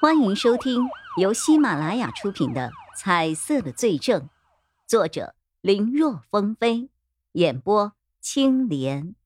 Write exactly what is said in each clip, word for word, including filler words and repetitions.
欢迎收听由喜马拉雅出品的《彩色的罪证》，作者林若风飞，演播青莲。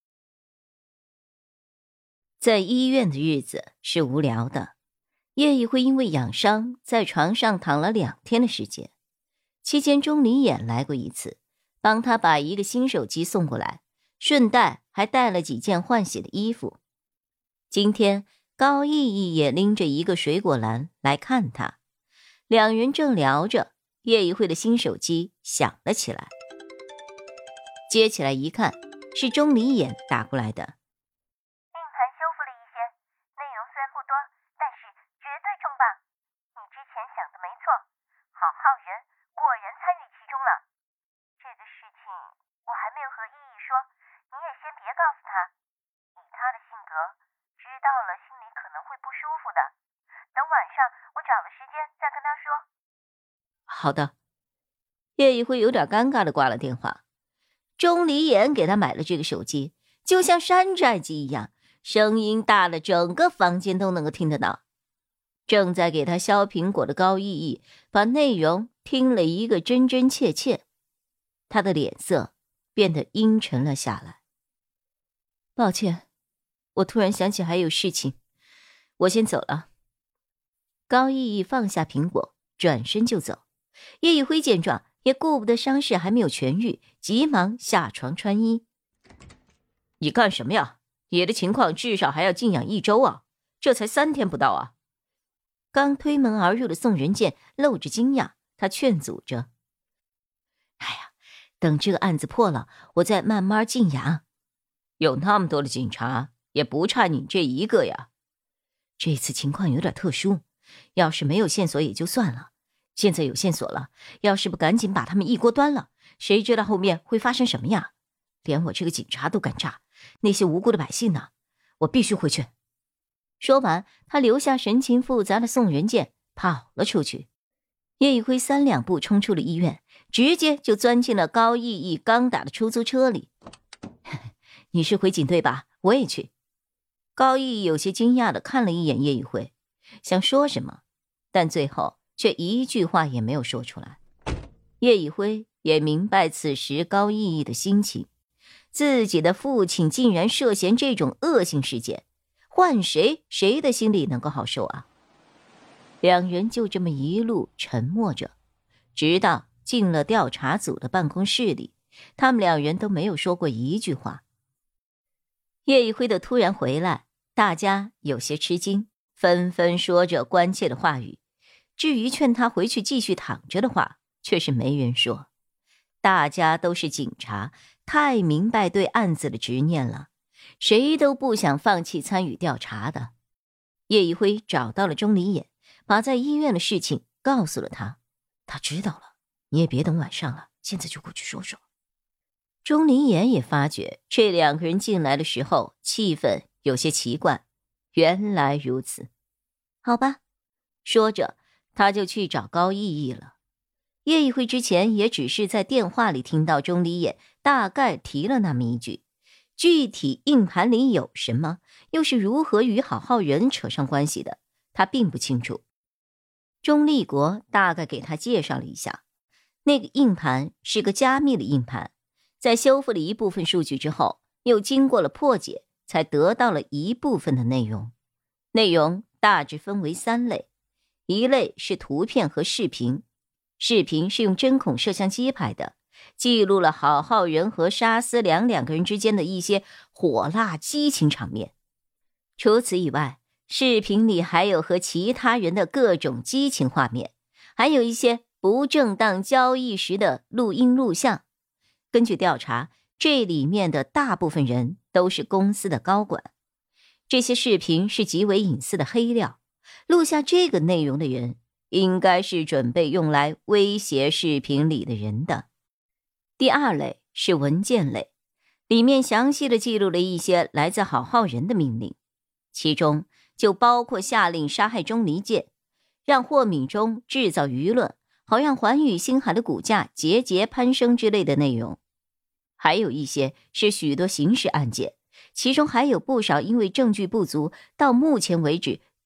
在医院的日子是无聊的，叶一辉因为养伤在床上躺了两天的时间，期间钟离衍来过一次，帮他把一个新手机送过来，顺带还带了几件换洗的衣服。今天高逸逸也拎着一个水果篮来看他，两人正聊着，叶一辉的新手机响了起来。接起来一看，是钟离衍打过来的。 硬盘修复了一些，内容虽然不多，但是绝对重磅。你之前想的没错，郝浩源果然参与其中了。这个事情我还没有和逸逸说，你也先别告诉他。以他的性格，知道了心里可能会不舒服的。等晚上我找了时间再跟他说。 好的。叶一辉有点尴尬的挂了电话。钟离衍给他买了这个手机，就像山寨机一样，声音大了整个房间都能够听得到。正在给他削苹果的高逸逸把内容听了一个真真切切，他的脸色变得阴沉了下来。抱歉，我突然想起还有事情，我先走了。高逸逸放下苹果，转身就走。叶一辉见状，也顾不得伤势还没有痊愈，急忙下床穿衣。你干什么呀？爷的情况至少还要静养一周啊，这才三天不到啊。刚推门而入的宋仁健露着惊讶，他劝阻着。哎呀，等这个案子破了，我再慢慢静养。有那么多的警察，也不差你这一个呀。这次情况有点特殊，要是没有线索也就算了，现在有线索了，要是不赶紧把他们一锅端了，谁知道后面会发生什么呀？连我这个警察都敢炸，那些无辜的百姓呢？我必须回去。说完，他留下神情复杂的宋仁健跑了出去。叶一辉三两步冲出了医院，直接就钻进了高逸逸刚打的出租车里。你是回警队吧？我也去。高逸逸有些惊讶地看了一眼叶一辉，想说什么，但最后却一句话也没有说出来。叶一辉也明白此时高逸逸的心情，自己的父亲竟然涉嫌这种恶性事件，换谁谁的心里能够好受啊？两人就这么一路沉默着，直到进了调查组的办公室里，他们两人都没有说过一句话。叶一辉的突然回来，大家有些吃惊，纷纷说着关切的话语。至于劝他回去继续躺着的话，却是没人说。大家都是警察，太明白对案子的执念了，谁都不想放弃参与调查的。叶一辉找到了钟离衍，把在医院的事情告诉了他。他知道了，你也别等晚上了，现在就过去说说。钟离衍也发觉这两个人进来的时候气氛有些奇怪，原来如此。好吧，说着他就去找高逸逸了。叶一辉之前也只是在电话里听到钟离衍大概提了那么一句，具体硬盘里有什么，又是如何与郝浩仁扯上关系的，他并不清楚。钟立国大概给他介绍了一下，那个硬盘是个加密的硬盘，在修复了一部分数据之后，又经过了破解，才得到了一部分的内容。内容大致分为三类，一类是图片和视频，视频是用针孔摄像机拍的，记录了郝浩仁和沙思良两个人之间的一些火辣激情场面。除此以外，视频里还有和其他人的各种激情画面，还有一些不正当交易时的录音录像。根据调查，这里面的大部分人都是公司的高管。这些视频是极为隐私的黑料，录下这个内容的人应该是准备用来威胁视频里的人的。第二类是文件类，里面详细的记录了一些来自郝浩仁的命令，其中就包括下令杀害钟离健，让霍敏忠制造舆论，好让环宇星海的股价节节攀升之类的内容。还有一些是许多刑事案件，其中还有不少因为证据不足，到目前为止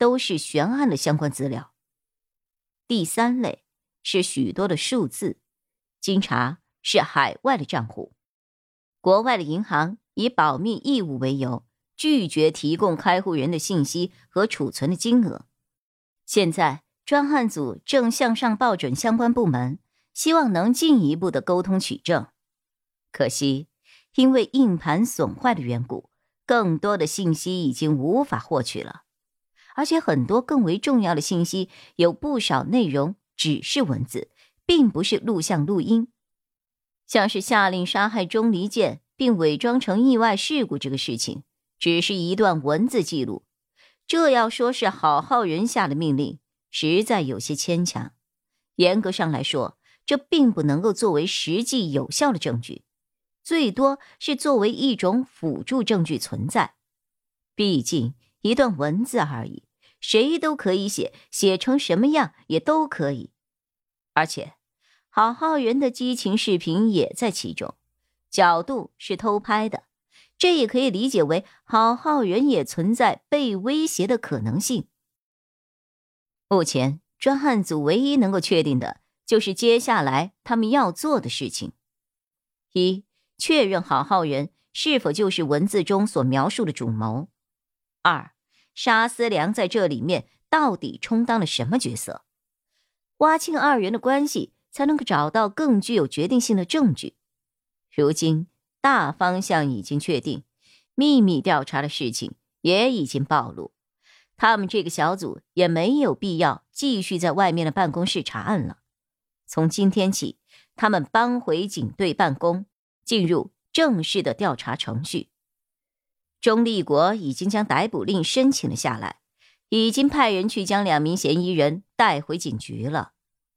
都是悬案的相关资料。第三类是许多的数字，经查是海外的账户。国外的银行以保密义务为由，拒绝提供开户人的信息和储存的金额。现在专案组正向上报准相关部门，希望能进一步的沟通取证。可惜因为硬盘损坏的缘故，更多的信息已经无法获取了，而且很多更为重要的信息有不少内容只是文字，并不是录像录音。像是下令杀害钟离健并伪装成意外事故这个事情，只是一段文字记录，这要说是郝浩仁下的命令，实在有些牵强。严格上来说，这并不能够作为实际有效的证据，最多是作为一种辅助证据存在。毕竟一段文字而已，谁都可以写，写成什么样也都可以。而且郝浩仁的激情视频也在其中，角度是偷拍的，这也可以理解为郝浩仁也存在被威胁的可能性。目前专案组唯一能够确定的就是接下来他们要做的事情：一、确认郝浩仁是否就是文字中所描述的主谋；二、沙思良在这里面到底充当了什么角色？挖清二人的关系，才能够找到更具有决定性的证据。如今大方向已经确定，秘密调查的事情也已经暴露，他们这个小组也没有必要继续在外面的办公室查案了。从今天起，他们搬回警队办公，进入正式的调查程序。钟立国已经将逮捕令申请了下来，已经派人去将两名嫌疑人带回警局了。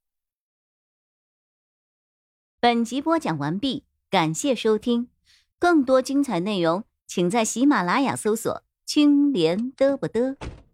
本集播讲完毕，感谢收听。更多精彩内容，请在喜马拉雅搜索青莲嘚不嘚。